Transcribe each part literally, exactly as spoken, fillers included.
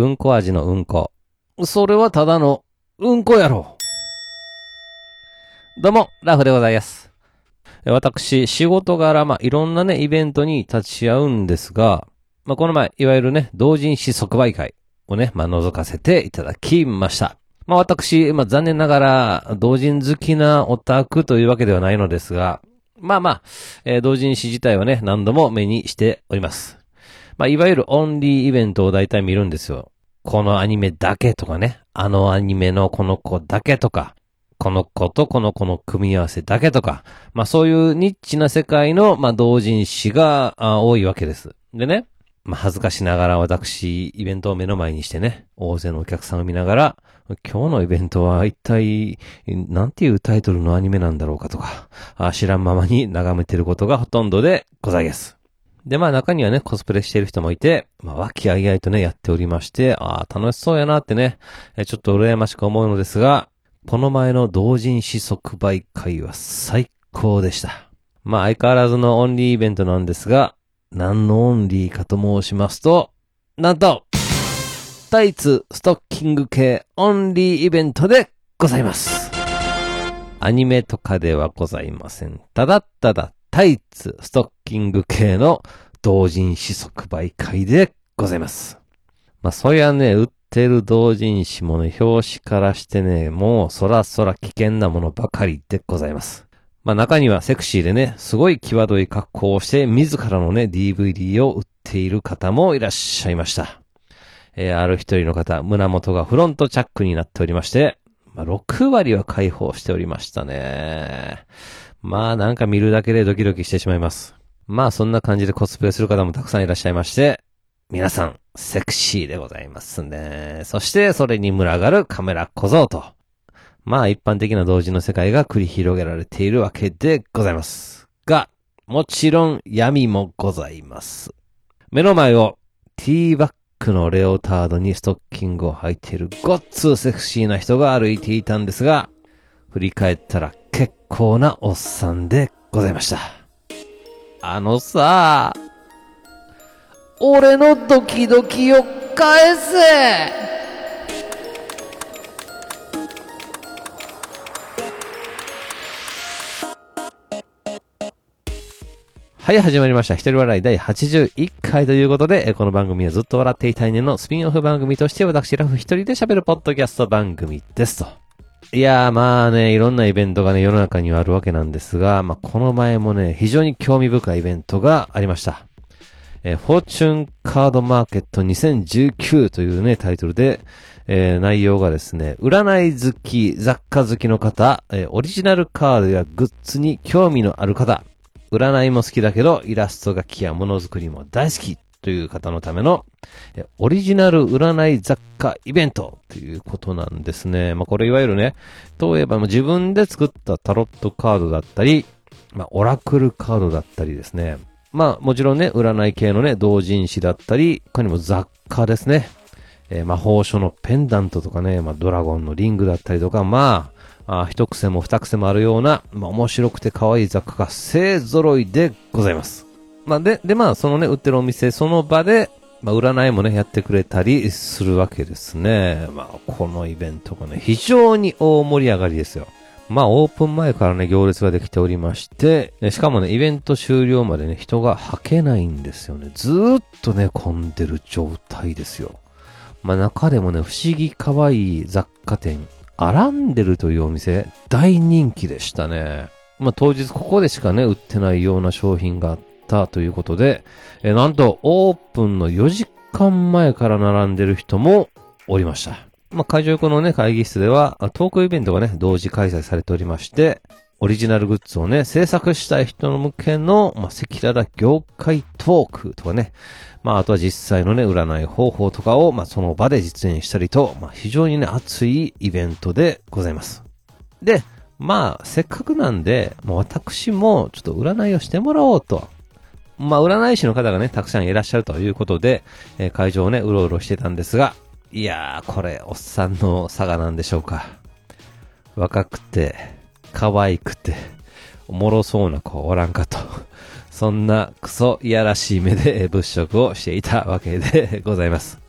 うんこ味のうんこ。それはただのうんこやろ。どうも、ラフでございます。私、仕事柄、まあ、いろんなね、イベントに立ち会うんですが、まあ、この前、いわゆるね、同人誌即売会をね、まあ、覗かせていただきました。まあ、私、まあ、残念ながら、同人好きなオタクというわけではないのですが、まあまあ、えー、同人誌自体はね、何度も目にしております。まあ、いわゆるオンリーイベントを大体見るんですよ。このアニメだけとかね、あのアニメのこの子だけとか、この子とこの子の組み合わせだけとか、まあそういうニッチな世界の、まあ同人誌が多いわけです。でね、まあ恥ずかしながら私、イベントを目の前にしてね、大勢のお客さんを見ながら、今日のイベントは一体、なんていうタイトルのアニメなんだろうかとか、知らんままに眺めてることがほとんどでございます。で、まあ中にはね、コスプレしている人もいて、まあ和気あいあいとね、やっておりまして、ああ、楽しそうやなってね、ちょっと羨ましく思うのですが、この前の同人誌即売会は最高でした。まあ相変わらずのオンリーイベントなんですが、何のオンリーかと申しますと、なんと、タイツストッキング系オンリーイベントでございます。アニメとかではございません。ただただタイツストッキング系の同人誌即売会でございます。まあそりゃね、売ってる同人誌もね、表紙からしてね、もうそらそら危険なものばかりでございます。まあ中にはセクシーでね、すごい際どい格好をして自らのね、ディーブイディー を売っている方もいらっしゃいました。えー、ある一人の方、胸元がフロントチャックになっておりまして、まあ、ろくわりは開放しておりましたね。まあなんか見るだけでドキドキしてしまいます。まあそんな感じでコスプレする方もたくさんいらっしゃいまして、皆さんセクシーでございますね。そしてそれに群がるカメラ小僧と、まあ一般的な同人の世界が繰り広げられているわけでございます。が、もちろん闇もございます。目の前をティーバックのレオタードにストッキングを履いているごっつセクシーな人が歩いていたんですが、振り返ったら結構なおっさんでございました。あのさ、俺のドキドキを返せ。はい、始まりました。一人笑いだいはちじゅういっかいということで、この番組はずっと笑っていたいねのスピンオフ番組として私ラフ一人で喋るポッドキャスト番組ですと。いやーまあね、いろんなイベントがね、世の中にはあるわけなんですが、まあこの前もね、非常に興味深いイベントがありました。えー、フォーチュンカードマーケットにせんじゅうきゅうというね、タイトルで、えー、内容がですね、占い好き、雑貨好きの方、えー、オリジナルカードやグッズに興味のある方、占いも好きだけど、イラスト描きやものづくりも大好きという方のための、えオリジナル占い雑貨イベントということなんですね。まあ、これいわゆるね、例えば自分で作ったタロットカードだったり、まあ、オラクルカードだったりですね。まあ、もちろんね、占い系のね、同人誌だったり、他にも雑貨ですね。えー、魔法書のペンダントとかね、まあ、ドラゴンのリングだったりとか、まあ、あ一癖も二癖もあるような、まあ、面白くて可愛い雑貨が勢揃いでございます。まあ、で、で、まあ、そのね、売ってるお店、その場で、まあ、占いもね、やってくれたりするわけですね。まあ、このイベントがね、非常に大盛り上がりですよ。まあ、オープン前からね、行列ができておりまして、しかもね、イベント終了までね、人が吐けないんですよね。ずーっとね、混んでる状態ですよ。まあ、中でもね、不思議可愛い雑貨店、アランデルというお店、大人気でしたね。まあ、当日ここでしかね、売ってないような商品があったということで、えなんとオープンのよじかんまえから並んでる人もおりました。まあ、会場横のね、会議室では、トークイベントがね、同時開催されておりまして、オリジナルグッズをね、制作したい人の向けの、まあ、赤裸々業界トークとかね、まあ、あとは実際のね、占い方法とかを、まあ、その場で実演したりと、まあ、非常にね、熱いイベントでございます。で、まあ、せっかくなんで、まあ、私もちょっと占いをしてもらおうと。まあ、占い師の方がね、たくさんいらっしゃるということで、えー、会場をね、うろうろしてたんですが、いやー、これ、おっさんの差がなんでしょうか。若くて、可愛くて、おもろそうな子おらんかと。そんなクソいやらしい目で物色をしていたわけでございます。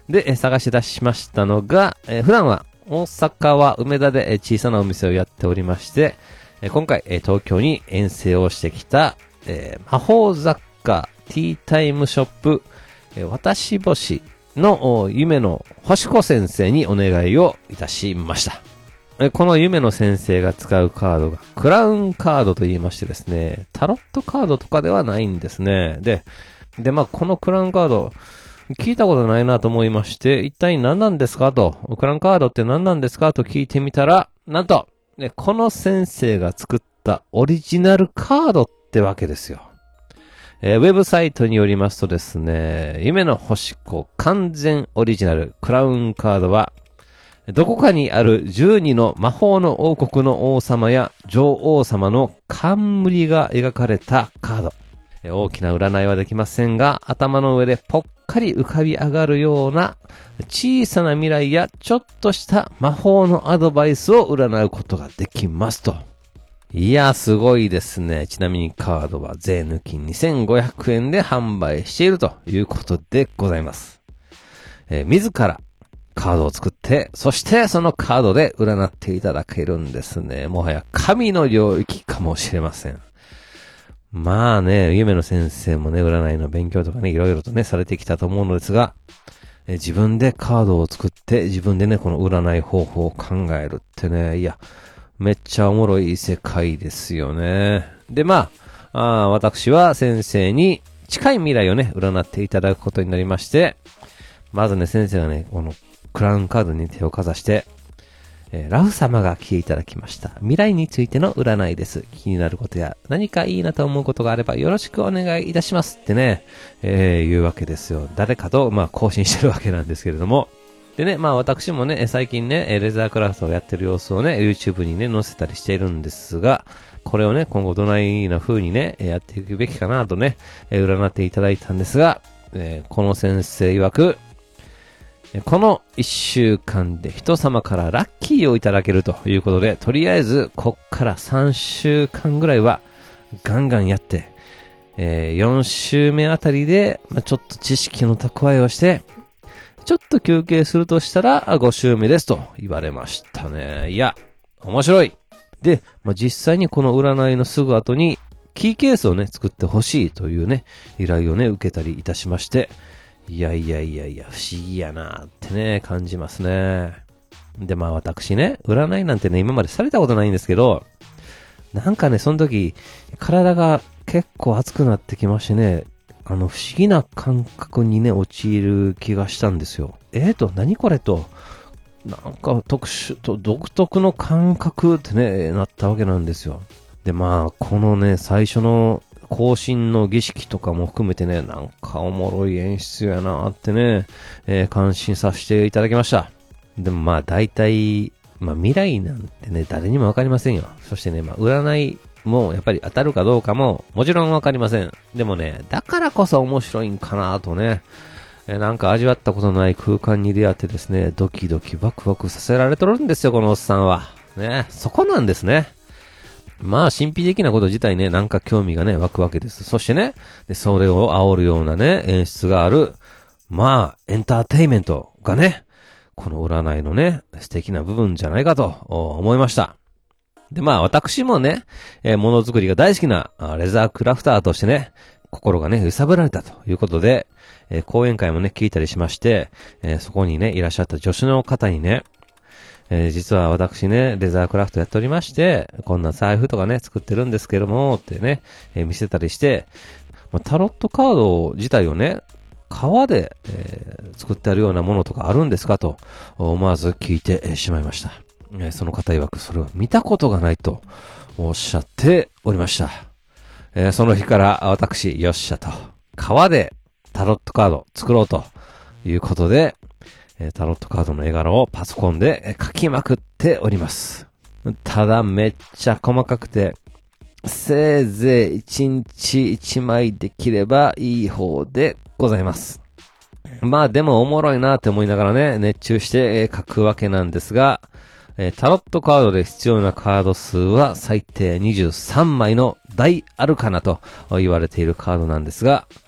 で、え探し出しましたのが、えー、普段は大阪は梅田で、えー、小さなお店をやっておりまして、えー、今回、えー、東京に遠征をしてきた、えー、魔法雑貨ティータイムショップ、えー、私星の夢の星子先生にお願いをいたしました。えー、この夢の先生が使うカードがクラウンカードと言いましてですね、タロットカードとかではないんですね。で、で、まあ、このクラウンカード、聞いたことないなと思いまして、一体何なんですかと、クラウンカードって何なんですかと聞いてみたら、なんと、ね、この先生が作ったオリジナルカードってわけですよ。えー、ウェブサイトによりますとですね、夢の星子完全オリジナルクラウンカードは、どこかにあるじゅうにの魔法の王国の王様や女王様の冠が描かれたカード。大きな占いはできませんが、頭の上でぽっかり浮かび上がるような小さな未来やちょっとした魔法のアドバイスを占うことができますと。いや、すごいですね。ちなみにカードは税抜きにせんごひゃくえんで販売しているということでございます。えー、自らカードを作って、そしてそのカードで占っていただけるんですね。もはや神の領域かもしれません。まあね、夢の先生もね、占いの勉強とかね、いろいろとね、されてきたと思うのですが、え自分でカードを作って、自分でね、この占い方法を考えるってね、いや、めっちゃおもろい世界ですよね。で、まあ、あ私は先生に近い未来をね、占っていただくことになりまして、まずね、先生がね、このクラウンカードに手をかざして、えー、ラフ様が来ていただきました。未来についての占いです。気になることや何かいいなと思うことがあればよろしくお願いいたしますってね、えー、言うわけですよ。誰かと、まあ、交信してるわけなんですけれども。でね、まあ私もね、最近ね、レザークラフトをやってる様子をね、YouTube にね、載せたりしているんですが、これをね、今後どないな風にね、やっていくべきかなとね、占っていただいたんですが、えー、この先生曰く、この一週間で人様からラッキーをいただけるということで、とりあえずこっからさんしゅうかんぐらいはガンガンやって、えー、よん週目あたりで、まあ、ちょっと知識の蓄えをして、ちょっと休憩するとしたらご週目ですと言われましたね。いや、面白い。で、まあ、実際にこの占いのすぐ後にキーケースをね、作ってほしいというね、依頼をね、受けたりいたしまして、いやいやいやいや、不思議やなってね、感じますね。で、まあ私ね、占いなんてね、今までされたことないんですけど、なんかね、その時、体が結構熱くなってきましてね、あの、不思議な感覚にね、陥る気がしたんですよ。えーと、何これと、なんか特殊と、独特の感覚ってね、なったわけなんですよ。で、まあ、このね、最初の、更新の儀式とかも含めてね、なんかおもろい演出やなってね、えー、感心させていただきました。でもまあ大体、まあ未来なんてね、誰にもわかりませんよ。そしてね、まあ占いもやっぱり当たるかどうかももちろんわかりません。でもね、だからこそ面白いんかなとね、えー、なんか味わったことのない空間に出会ってですね、ドキドキワクワクさせられとるんですよ、このおっさんは。ね、そこなんですね。まあ、神秘的なこと自体ね、なんか興味がね、湧くわけです。そしてね、でそれを煽るようなね、演出がある、まあ、エンターテイメントがね、この占いのね、素敵な部分じゃないかと思いました。で、まあ、私もね、えー、ものづくりが大好きなレザークラフターとしてね、心がね、揺さぶられたということで、えー、講演会もね、聞いたりしまして、えー、そこにね、いらっしゃった助手の方にね、えー、実は私ね、レザークラフトやっておりまして、こんな財布とかね、作ってるんですけども、ってね、えー、見せたりして、まあ、タロットカード自体をね、革で、えー、作ってあるようなものとかあるんですかと、思わず聞いて、えー、しまいました。えー、その方曰くそれを見たことがないとおっしゃっておりました。えー、その日から私、よっしゃと、革でタロットカード作ろうということで、タロットカードの絵柄をパソコンで描きまくっております。ただめっちゃ細かくて、せいぜいいちにちいちまいできればいい方でございます。まあでもおもろいなって思いながらね、熱中して描くわけなんですが、タロットカードで必要なカード数は最低にじゅうさんまいの大アルカナと言われているカードなんですが、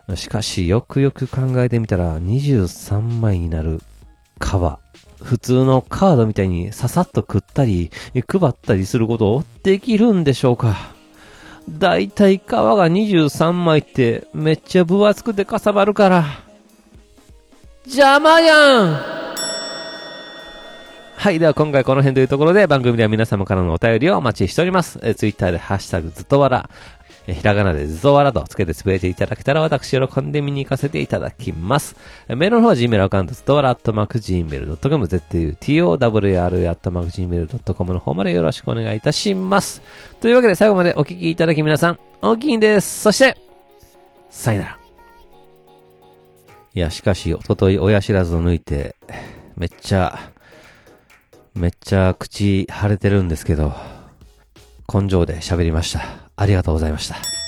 しかし、よくよく考えてみたら、にじゅうさんまいになる皮。普通のカードみたいにささっと食ったり、配ったりすることできるんでしょうか。だいたい皮がにじゅうさんまいってめっちゃ分厚くてかさばるから。邪魔やん。はい。では今回この辺というところで番組では皆様からのお便りをお待ちしております。えツイッターでハッシュタグずっとわら。ひらがなでずとわらとつけてつぶやいていただけたら私喜んで見に行かせていただきます。メールの方は Gmail アカウントずとわらアットマーク ジーメールドットコム ゼットユーティーオーダブリューアールエー アットマーク ジーメールドットコム の方までよろしくお願いいたします。というわけで最後までお聞きいただき皆さん大きいんです。そしてさよなら。いやしかしおととい親知らずを抜いてめっちゃめっちゃ口腫れてるんですけど根性で喋りました。ありがとうございました。